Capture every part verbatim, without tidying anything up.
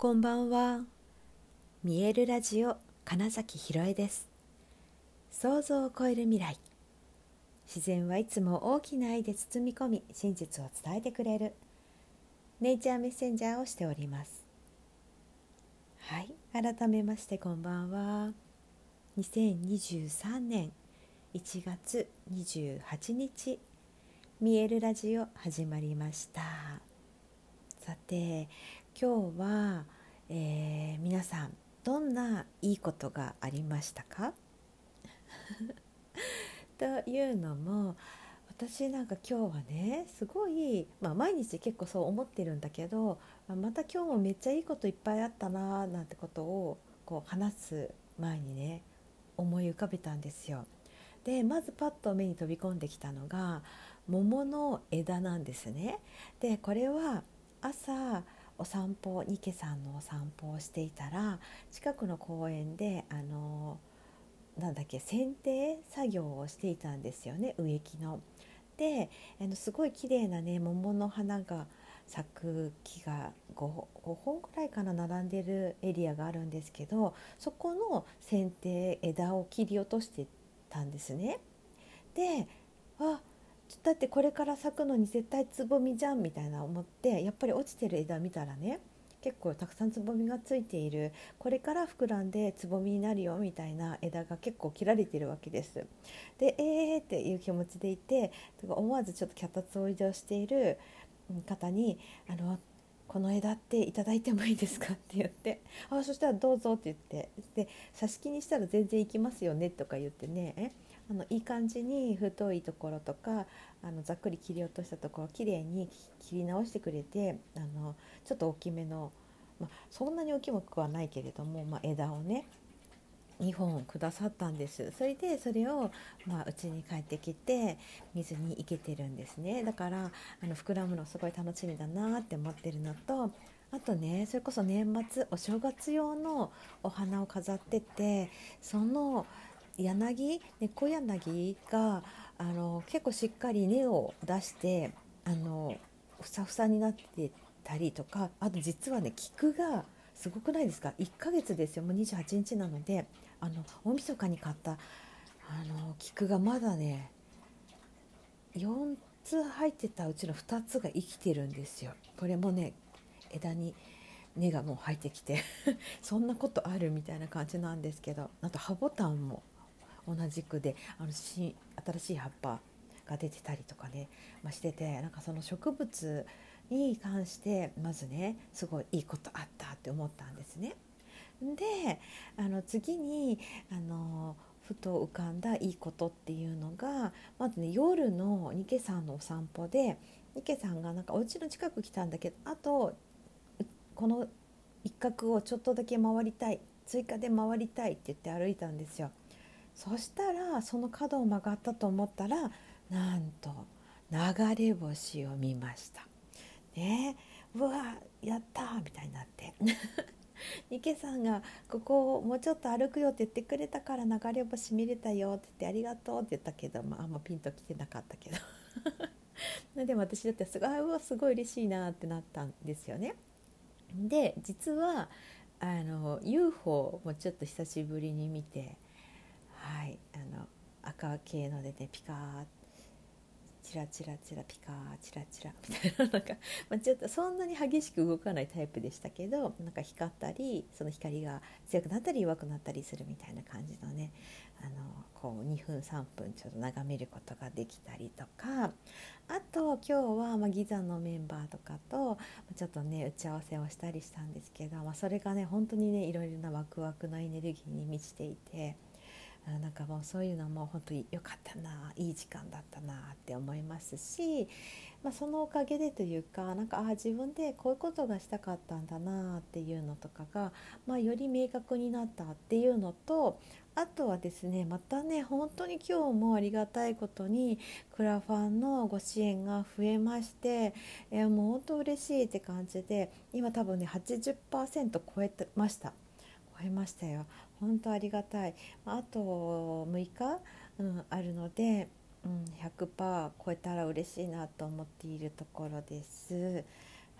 こんばんは。見えるラジオ金崎ひろえです。想像を超える未来。自然はいつも大きな愛で包み込み、真実を伝えてくれるネイチャーメッセンジャーをしております。はい、改めましてこんばんは。にせんにじゅうさんねんいちがつにじゅうはちにち、見えるラジオ始まりました。さて、今日はえー、皆さんどんないいことがありましたかというのも、私なんか今日はねすごい、まあ、毎日結構そう思ってるんだけど、また今日もめっちゃいいこといっぱいあったななんてことをこう話す前にね思い浮かべたんですよ。でまずパッと目に飛び込んできたのが桃の枝なんですね。でこれは朝お散歩、ニケさんのお散歩をしていたら、近くの公園であのなんだっけ剪定作業をしていたんですよね、植木の。であのすごい綺麗なね桃の花が咲く木が ご, ごほんくらいかな並んでるエリアがあるんですけど、そこの剪定枝を切り落としてたんですね。で、あ、だってこれから咲くのに絶対つぼみじゃんみたいな思って、やっぱり落ちてる枝見たらね結構たくさんつぼみがついている、これから膨らんでつぼみになるよみたいな枝が結構切られているわけです。で、えーっていう気持ちでいて、思わずちょっと脚立を移動している方にあのこの枝っていただいてもいいですかって言って、あ、そしたらどうぞって言って、で挿し木にしたら全然いきますよねとか言ってね、あのいい感じに太いところとかあのざっくり切り落としたところをきれいに切り直してくれて、あのちょっと大きめの、まあ、そんなに大きくはないけれども、まあ、枝をねにほんくださったんです。それでそれをまあ家に帰ってきて水に生けてるんですね。だからあの膨らむのすごい楽しみだなって思ってるのと、あとねそれこそ年末お正月用のお花を飾ってて、その柳猫柳があの結構しっかり根を出してあのふさふさになってたりとか、あと実はね菊がすごくないですか。いっかげつですよ。もうにじゅうはちにちなので、あの大晦日に買ったあの菊がまだねよっつ入ってたうちのふたつが生きてるんですよ。これもね枝に根がもう生えてきてそんなことあるみたいな感じなんですけど、あとハボタンも同じくであの新新しい葉っぱが出てたりとかね、まあ、してて、なんかその植物に関してまずねすごいいいことあったって思ったんですね。であの次にあのふと浮かんだいいことっていうのが、まずね夜のニケさんのお散歩で、ニケさんがなんかお家の近く来たんだけど、あとこの一角をちょっとだけ回りたい、追加で回りたいって言って歩いたんですよ。そしたらその角を曲がったと思ったら、なんと流れ星を見ましたね。うわやったーみたいになって池さんがここをもうちょっと歩くよって言ってくれたから流れ星見れたよって言ってありがとうって言ったけど、まあ、あんまピンときてなかったけどでも私だってすごい、うわすごい嬉しいなってなったんですよね。で実はあの ユーフォー もちょっと久しぶりに見て、はい、あの赤系のでねピカーチラチラチラピカーチラチラみたいな、なんか、まあ、ちょっとそんなに激しく動かないタイプでしたけど、なんか光ったりその光が強くなったり弱くなったりするみたいな感じのね、あのこうにふんさんぷんちょっと眺めることができたりとか、あと今日はまあギザのメンバーとかとちょっとね打ち合わせをしたりしたんですけど、まあ、それがね本当にねいろいろなワクワクのエネルギーに満ちていて、なんかもうそういうのも本当に良かったな、いい時間だったなって思いますし、まあ、そのおかげでというか、なんかあ自分でこういうことがしたかったんだなっていうのとかが、まあ、より明確になったっていうのと、あとはですねまたね本当に今日もありがたいことにクラファンのご支援が増えまして、えー、もう本当嬉しいって感じで、今多分ね はちじゅっパーセント 超えてました超えましたよ。本当ありがたい。あとむいか、うん、あるので、うん、ひゃくパーセント 超えたら嬉しいなと思っているところです。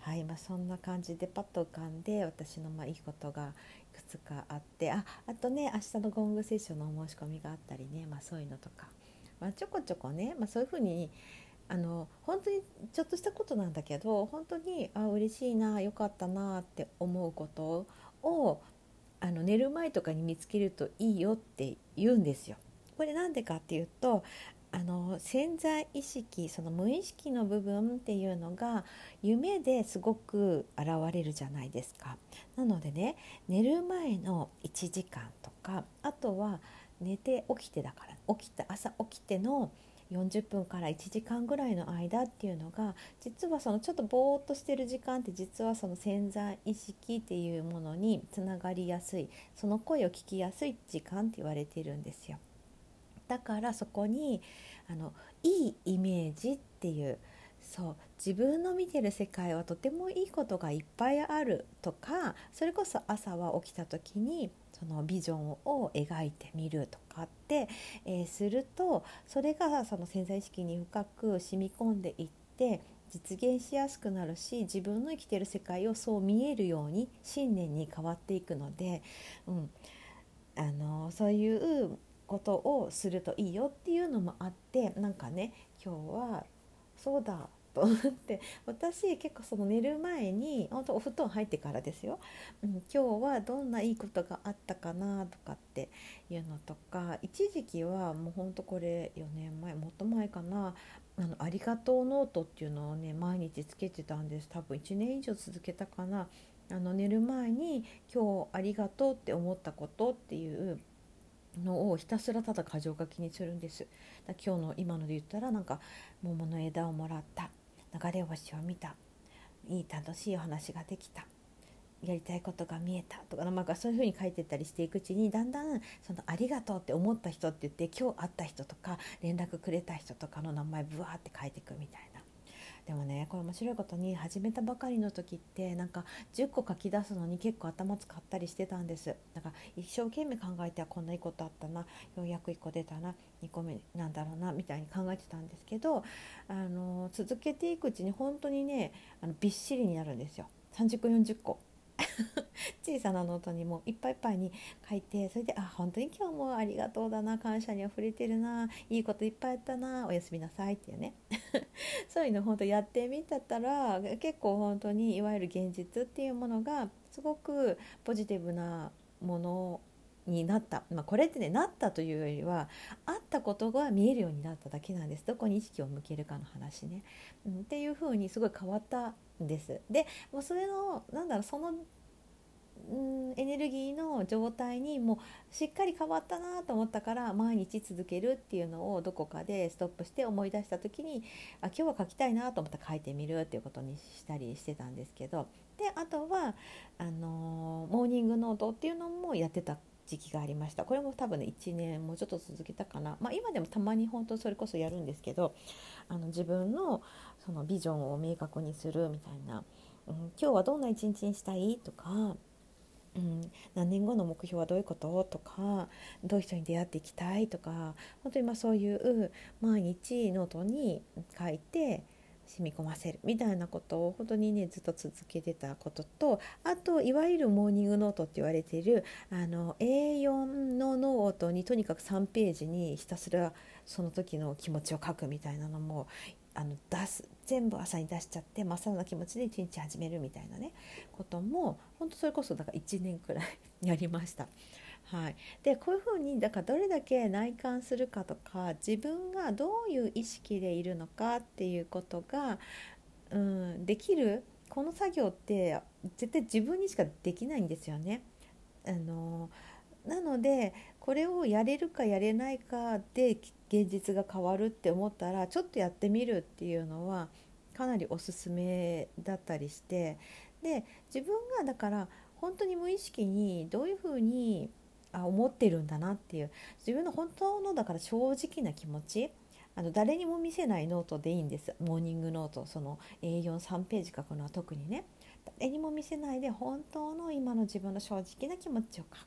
はい、まあ、そんな感じでパッと浮かんで私のまあいいことがいくつかあって、ああとね明日のゴングセッションのお申し込みがあったりね、まあ、そういうのとか、まあ、ちょこちょこね、まあ、そういうふうにあの本当にちょっとしたことなんだけど本当にあ嬉しいなよかったなって思うことをあの寝る前とかに見つけるといいよって言うんですよ。これなんでかっていうとあの潜在意識その無意識の部分っていうのが夢ですごく現れるじゃないですか。なのでね寝る前のいちじかんとかあとは寝て起きてだから起きた朝起きてのよんじゅっぷんからいちじかんぐらいの間っていうのが実はそのちょっとぼーっとしてる時間って実はその潜在意識っていうものにつながりやすいその声を聞きやすい時間って言われているんですよ。だからそこにあのいいイメージっていうそう自分の見てる世界はとてもいいことがいっぱいあるとかそれこそ朝は起きた時にそのビジョンを描いてみるとかって、えーするとそれがその潜在意識に深く染み込んでいって実現しやすくなるし自分の生きてる世界をそう見えるように信念に変わっていくので、うん、あのそういうことをするといいよっていうのもあってなんかね今日はそうだと思って私結構その寝る前に本当お布団入ってからですよ、うん、今日はどんないいことがあったかなとかっていうのとか一時期はもう本当これよねんまえもっと前かなあのありがとうノートっていうのをね毎日つけてたんです。多分いちねん以上続けたかな。あの寝る前に今日ありがとうって思ったことっていうのをひたすらただ箇条書きにするんです。だ今日の今ので言ったらなんか桃の枝をもらった、流れ星を見た、いい楽しいお話ができた、やりたいことが見えたとか、なんかそういう風に書いてったりしていくうちにだんだんそのありがとうって思った人って言って今日会った人とか連絡くれた人とかの名前ブワーって書いていくみたいな。でもねこれ面白いことに始めたばかりの時ってなんかじゅっこ書き出すのに結構頭使ったりしてたんです。だから一生懸命考えてはこんないいことあったな、ようやくいっこ出たな、にこめなんだろうなみたいに考えてたんですけど、あの続けていくうちに本当にねあのびっしりになるんですよ。さんじゅっこよんじゅっこ小さなノートにもいっぱいいっぱいに書いて、それであ本当に今日もありがとうだな、感謝にあふれてるな、いいこといっぱいあったな、おやすみなさいっていうねそういうの本当やってみたら結構本当にいわゆる現実っていうものがすごくポジティブなものになった、まあ、これってねなったというよりはあったことが見えるようになっただけなんです。どこに意識を向けるかの話ね、うん、っていう風にすごい変わったんです。でもうそれのなんだろうそのうんエネルギーの状態にもうしっかり変わったなと思ったから毎日続けるっていうのをどこかでストップして思い出した時にあ今日は書きたいなと思ったら書いてみるっていうことにしたりしてたんですけど、であとはあのーモーニングノートっていうのもやってた時期がありました。これも多分ねいちねんもうちょっと続けたかな、まあ、今でもたまに本当それこそやるんですけど、あの自分のそのビジョンを明確にするみたいな、うん、今日はどんな一日にしたいとか、うん、何年後の目標はどういうこととか、どういう人に出会っていきたいとか、本当にまあそういう毎日ノートに書いて染み込ませるみたいなことを本当にねずっと続けてたことと、あといわゆるモーニングノートって言われているあの エーよん のノートにとにかくさんページにひたすらその時の気持ちを書くみたいなのもあの出す全部朝に出しちゃって真っ青な気持ちで一日始めるみたいなねことも本当それこそだからいちねんくらいやりました。はい、でこういうふうにだからどれだけ内観するかとか自分がどういう意識でいるのかっていうことが、うん、できるこの作業って絶対自分にしかできないんですよね。あのなのでこれをやれるかやれないかで現実が変わるって思ったらちょっとやってみるっていうのはかなりおすすめだったりして、で自分がだから本当に無意識にどういうふうにあ思ってるんだなっていう自分の本当のだから正直な気持ち、あの誰にも見せないノートでいいんです。モーニングノートその エーよんさん ページ書くのは特にね誰にも見せないで本当の今の自分の正直な気持ちを書くっ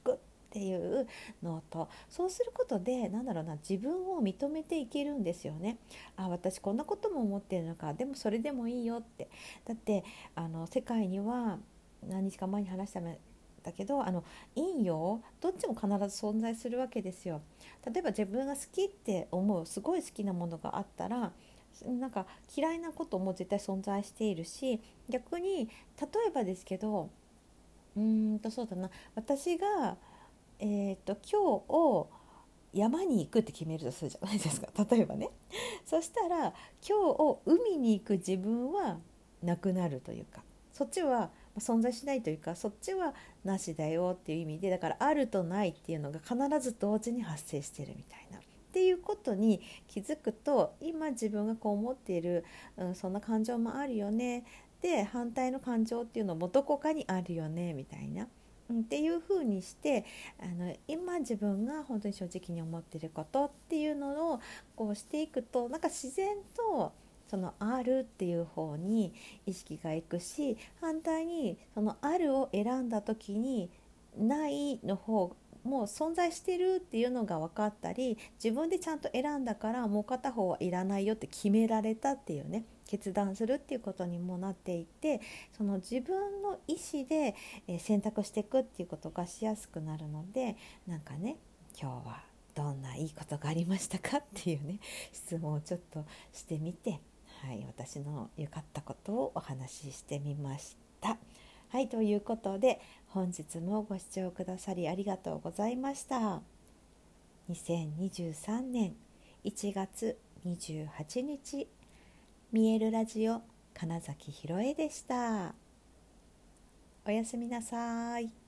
っていうのと、そうすることでなんだろうな、自分を認めていけるんですよね。あ、私こんなことも思ってるのか、でもそれでもいいよって。だってあの世界には何日か前に話したんだけど、あの陰陽どっちも必ず存在するわけですよ。例えば自分が好きって思うすごい好きなものがあったら、なんか嫌いなことも絶対存在しているし、逆に例えばですけど、うーんとそうだな、私がえー、と今日山に行くって決めるとするじゃないですか、例えばね。そしたら今日海に行く自分はなくなるというか、そっちは存在しないというか、そっちはなしだよっていう意味で、だからあるとないっていうのが必ず同時に発生してるみたいなっていうことに気づくと、今自分がこう思っている、うん、そんな感情もあるよね、で反対の感情っていうのもどこかにあるよねみたいな、うん、っていう風にして、あの今自分が本当に正直に思っていることっていうのをこうしていくと、なんか自然とそのあるっていう方に意識がいくし、反対にそのあるを選んだ時にないの方もう存在してるっていうのが分かったり、自分でちゃんと選んだからもう片方はいらないよって決められたっていうね、決断するっていうことにもなっていて、その自分の意思で選択していくっていうことがしやすくなるので、なんかね、今日はどんないいことがありましたかっていうね、質問をちょっとしてみて、はい、私の良かったことをお話ししてみました。はい、ということで本日もご視聴くださりありがとうございました。にせんにじゅうさんねんいちがつにじゅうはちにち、見えるラジオ金崎ひろえでした。おやすみなさい。